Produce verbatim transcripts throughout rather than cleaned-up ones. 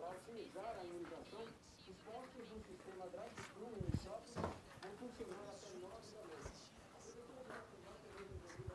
otimizar a imunização, os postos do sistema drive-thru em shoppings vão funcionar até nove da noite. A Prefeitura de Maceió também resolveu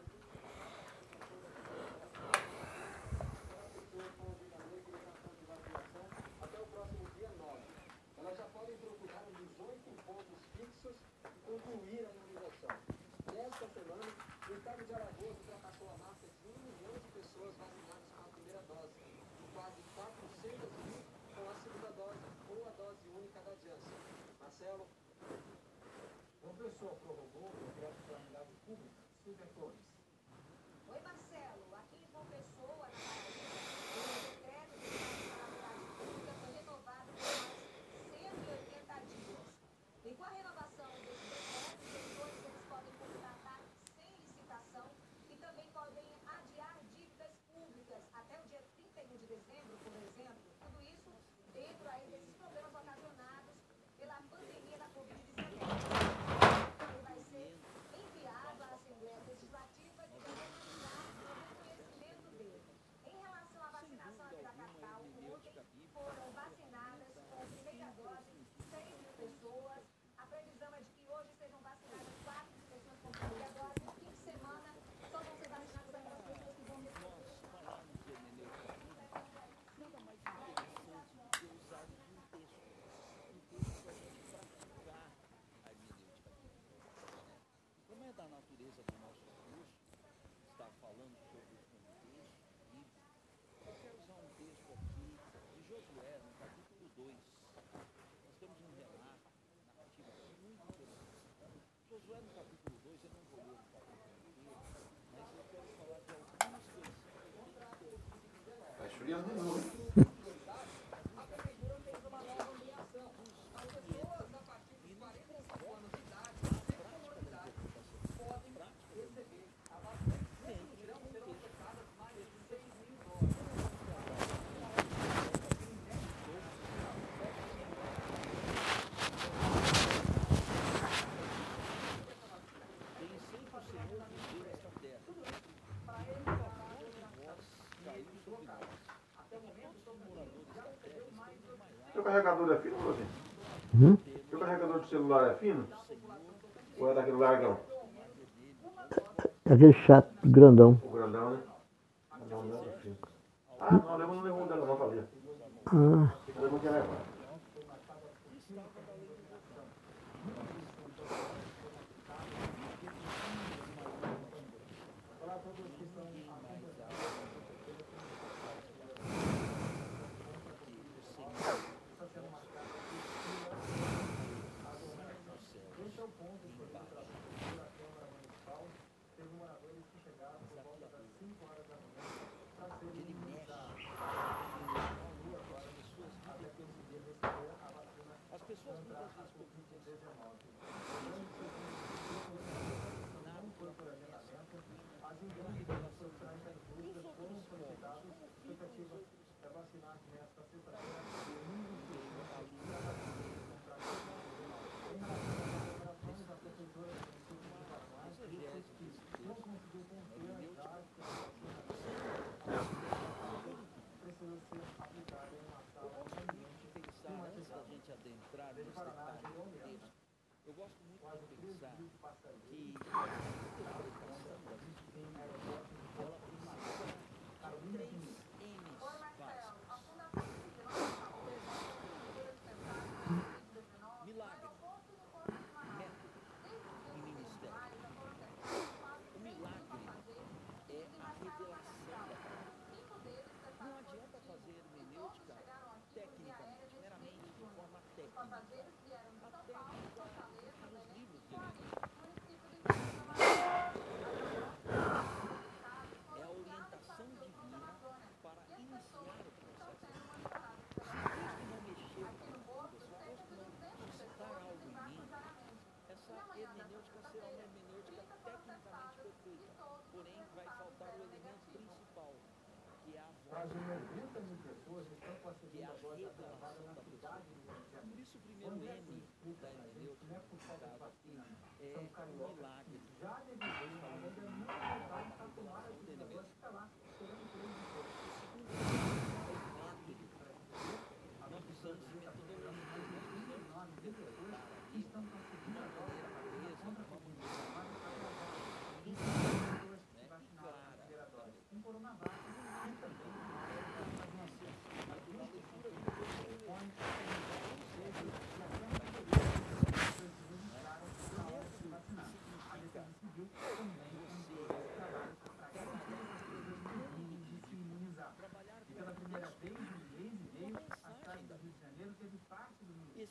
para pessoas com agendamento e cartão de vacinação até o próximo dia nove. Elas já podem procurar os dezoito pontos fixos e concluir a imunização. Nesta semana, o estado de Alagoas ultrapassou a marca de um milhão de pessoas vacinadas com a primeira dose, e quase quatrocentas mil com a segunda dose ou a dose única da Janssen. Marcelo? O professor prorrogou o decreto de calamidade pública. Silvia Torres. Oi, Marcelo. Aqui em João Pessoa, na Paraíba, o decreto de calamidade pública foi renovado por mais cento e oitenta dias. E com a renovação desse decreto, os setores eles podem contratar sem licitação e também podem adiar dívidas públicas até o dia trinta e um de dezembro, por exemplo. Tudo isso dentro aí desses problemas ocasionados pela pandemia da covid dezenove. Ele vai ser enviado à Assembleia Legislativa e vai analisar o reconhecimento dele. Em relação à vacinação aqui da capital, ontem foram vacinadas com a primeira dose seis mil pessoas. A previsão é de que hoje sejam vacinadas quatro mil pessoas com a primeira dose. No fim de semana, só vão ser vacinadas aquelas pessoas que vão receber. Nada mais interessante do que usar um texto, um texto para a gente praticar a hermenêutica bíblica, né? Como é da natureza do nosso curso, estar falando sobre um texto bíblico, eu quero usar um texto aqui de Josué, no capítulo dois. Nós temos um relato, narrativa muito interessante. Josué, no capítulo dois, eu não vou ler o capítulo inteiro, mas eu quero falar de alguns versículos bem interessantes. Está esfriando de novo. A Prefeitura fez uma nova ampliação. As pessoas a partir de quarenta e cinco anos de idade, sem comorbidade, podem receber a vacina. Nesse verão serão ofertadas mais de seis mil doses. Pensei que o Senhor nos deu esta terra, e uma forte voz caiu sobre nós, e todos os moradores da terra estão desmaiados. Seu carregador é fino, Rosinho? Hum? Seu carregador de celular é fino? Ou é daquele largão? Aquele chato, grandão. O grandão, né? Não, não é fino. Ah, não, a Lema não levou um dela não, fazia. Ah, A Lema quer levar. Esse é o ponto escolhido pela Prefeitura, a Câmara Municipal. Teve moradores que chegaram por volta das cinco horas da manhã para serem imunizados. Agora, até conseguir receber a vacina As pessoas contra muitas a vezes covid perguntam assim, dezenove. Lembrando que se não for por agendamento, as indústrias das profissionais da indústria foram solicitadas expectativa para vacinar nesta sexta-feira o mundo inteiro a vacina contra a covid dezenove. Em relação às aglomerações, a Prefeitura do município de Paraná disse que não conseguiu conter já as pessoas precisa ser aplicada em uma sala eu gosto muito de ambiente pensar, antes da climatizado. gente adentrar Desde nos Paraná, detalhes João do Leandro. texto, eu gosto muito Quase de três pensar mil que passageiros a interpretação da Bíblia, em aeroporto de ela precisa de Carolina três Diniz. N's Oi, Marcelo. básicos. A Fundação Nacional Por exemplo, tentaram a covid dezenove no milagre, aeroporto e no porto de Manaus. método Desde o e dia seis de ministério. maio já foram testados quase O três mil milagre passageiros que é a desembarcaram na revelação capital. da palavra. Cinco deles Não testaram adianta fazer positivo e todos hermenêutica chegaram aqui por via aérea tecnicamente, neste mês meramente de de junho. forma Os técnica. passageiros vieram de A São Paulo, técnica Fortaleza, está nos Belém livros e de Guarulhos, hermenêutica. município do interior do Amazonas. As amostras levadas aos estados É a foram enviadas para orientação os seus pontos da divina Amazônia para e as iniciar pessoas o estão processo sendo vacinatório. monitoradas pela Se o texto Covid. não mexer com Aqui a no minha vida, posto, se o cerca texto de não duzentas suscitar pessoas algo em desembarcam mim, diariamente. E essa na manhã desta hermenêutica será uma sexta-feira, hermenêutica trinta foram tecnicamente testadas e perfeita. todos os Porém, vai resultados faltar o deram elemento negativo. principal, que é a voz Quase do povo, noventa mil pessoas estão com a que é segunda a dose aprovada revelação na da pessoa. cidade do Rio de Por Janeiro. isso, o O primeiro André M Cruz explica da pra gente que hermenêutica não é no por falta de caso aqui vacina. é São o cariocas milagre. que já Nós deveriam, mas falamos ainda do não milagre voltaram da para tomar a revelação da segunda dose, hermenêutica. fica lá esperando três dias. O segundo M é o método. O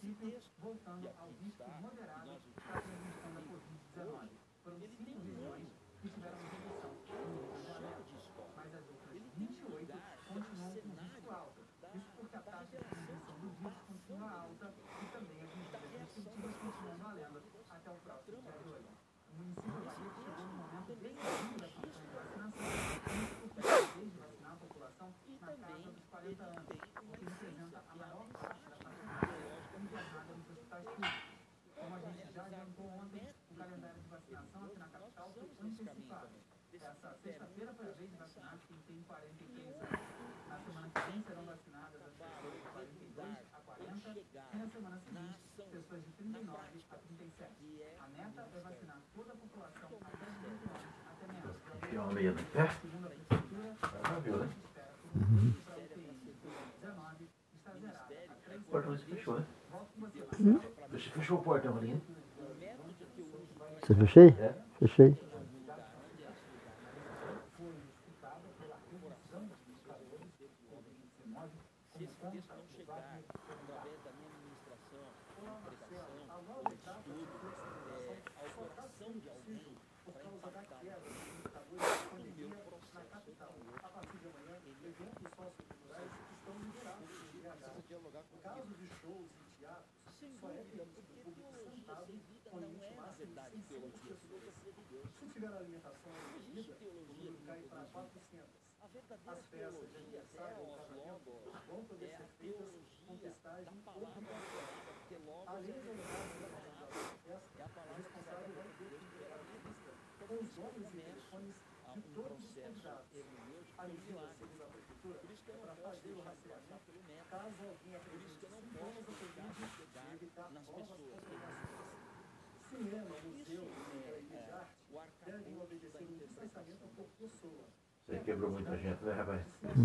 município, texto voltando que ao aqui risco está, moderado nós da transmissão da covid dezenove. Foram ele cinco tem regiões nome, que tiveram redução no nível de chama alerta, de escola. mas as outras Ele tem vinte e um oito lugar que é continuam um com risco cenário alto. da, Isso porque a da taxa de revelação transmissão de do vírus inovação continua da alta e também as e da medidas reação restritivas das pessoas continuam valendo envolvidas até o na próximo trama dia da dois. escola. O município Esse Bahia chegou texto no momento também é decisivo um da campanha de registro vacinação, isso porque a vez de vacinar a população e na casa também dos ele quarenta anos, tem o uma que representa essência, a que é a maior parte da mensagem faixa etária ideológica do internada governo nos que hospitais tem. públicos. Então, Como a para gente já realizar adiantou um ontem, o método calendário de vacinação aqui na religioso, nós capital foi precisamos desse caminho antecipado. também, desse Essa critério sexta-feira foi a muito vez de responsável. vacinar quem tem quarenta e E três onde anos. tudo Na isso semana que vem tem serão que vacinadas as acabar pessoas ou de quarenta e dois redundar a ou quarenta chegar e na semana na seguinte, ação, pessoas de trinta na e nove prática, a trinta e sete. que é A o meta é ministério. vacinar toda a população O que é o até ministério? dezoito anos, até menos de Enfiar uma agosto. meia no pé. Segundo a prefeitura, Já viu, né? espera que o O recurso para ministério é U T para I de servir covid dezenove está o zerado ministério há é três O portão semanas. se fechou, né? Volto com você, Deus Marcelo. é para Fechou, mim. fechou o portão ali, né? O método que eu uso para Você fechei? É? Fechei. em algum lugar, onde é esse lugar? Foi justificada pela No coração redução das dos pessoas, eu casos recebo de do homem. covid dezenove Se como esse conta texto não do chegar Wagner Oliveira. através da minha administração, Olá, de Marcelo. pregação A ou nova de etapa estudo, de flexibilização é, ao só está coração sendo de possível alguém por para causa da impactar queda no dos mundo, indicadores da o meu pandemia na processo capital. é A outro. partir de amanhã, Ele é eventos socioculturais estão liberados em B H. precisa dialogar No com caso Deus. de shows e teatros, Sem só é dúvida, permitido porque o público teologia sentado sem vida com não limite é, na máximo de verdade, seiscentas teologia, é pessoas. filosofia de Deus. Se tiver alimentação Não reduzida, existe o teologia número no cai para metodismo. quatrocentas. A As verdadeira festas de teologia, até aniversário ou os casamento logos, vão poder é a ser feitas com teologia da testagem palavra obrigatória. revelada, porque logos Além é a da revelação unidade da da palavra, festa, é a o palavra que sai da responsável vai boca de ter Deus que que entregar gera a vida. lista Então, com por os isso que eu nomes e começo telefones a de um todos os processo convidados. hermenêutico A pelo medida, milagre. segundo a prefeitura, Por isso que eu é não para posso fazer o deixar de passar rastreamento pelo método. caso alguém Por isso que eu apresente não posso sintomas da deixar Covid de e chegar evitar nas novas pessoas. contaminações. Cinema, Isso museu e galeria de é, arte o devem arcabouço da obedecer um interpretação distanciamento da por pessoa. Isso aí quebrou muita gente, né, rapaz?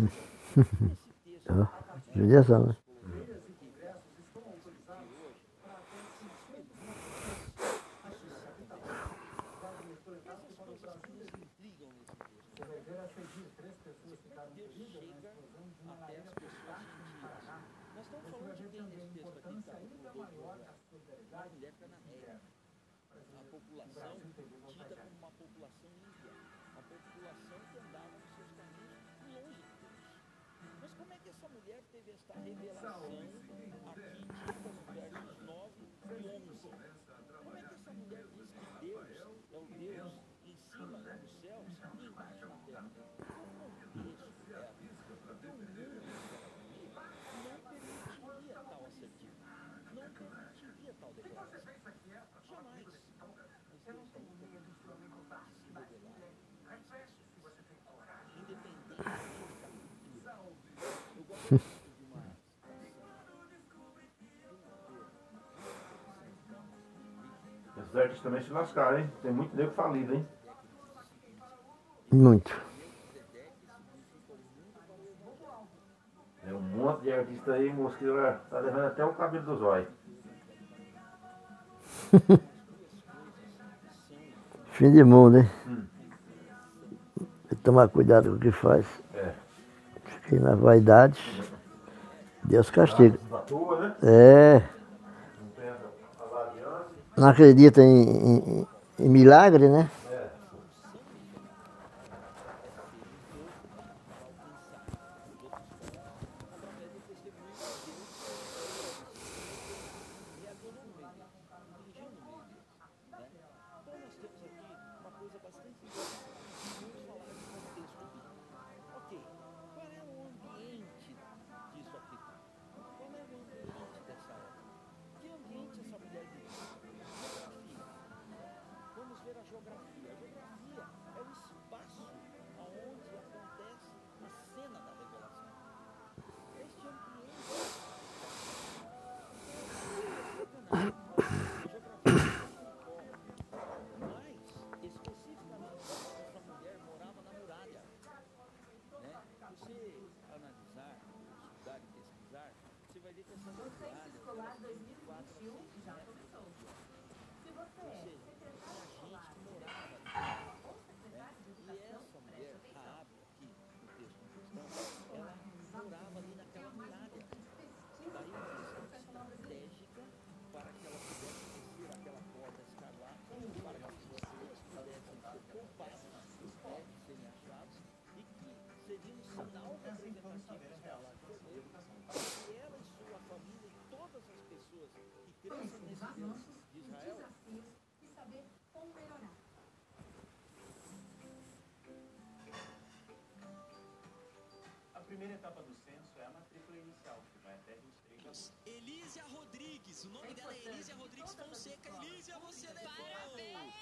Esse texto, Ó, A partir de judiação, né? feiras e congressos estão autorizados hoje, para até seiscentos discutir participantes aqui na isso capital. também. Wagner foi levado Essas para o coisas que Brasil. nos intrigam nesse texto. Você vai ver a seguir, três pessoas ficaram Deus feridas na chega explosão de uma até lareira as pessoas portátil no sentidas. Paraná. Nós estamos Você vai falando de ver quem também a nesse texto aqui que importância está no ainda produto maior Josué? da Uma solidariedade mulher dos cananeia. invernos. A O população Brasil perdeu uma tida tragédia. como uma população ímpia, uma população que andava nos seus caminhos longe de Deus. Mas como é que essa mulher teve esta revelação aqui dita nos versos nove e onze? Como é que essa mulher diz que Deus é o Deus em cima nos céus e embaixo na terra? Porque o contexto dela, porque o mundo que ela vivia não permitiria tal assertivo, não permitiria tal declaração. Jamais. Mas Deus nunca permitiu de se revelar às pessoas, independentemente da cultura. Eu gosto muito de uma citação de um autor muito interessante, Richard. Esses artistas também se lascaram, hein? Tem muito nego falido, hein? Muito. Melquisedeque significa o mundo para o evangelho. Tem um monte de artista aí, moço, que ó, tá levando até o cabelo dos olhos. Fim de mundo, hein? Hum. Tem que tomar cuidado com o que faz. É. Fiquei na vaidade. Deus castiga. Da tua, né? É. Não tem essa avaliança. Não acredita em, em, em milagre, né? É. Vamos ver a geografia. esperança nesses dias de Israel. desafios e saber como melhorar. A primeira etapa do censo é a matrícula inicial, que vai até vinte e três de agosto. Elísia Rodrigues, o nome dela é Elísia Rodrigues Fonseca. Elísia, você levou! Parabéns!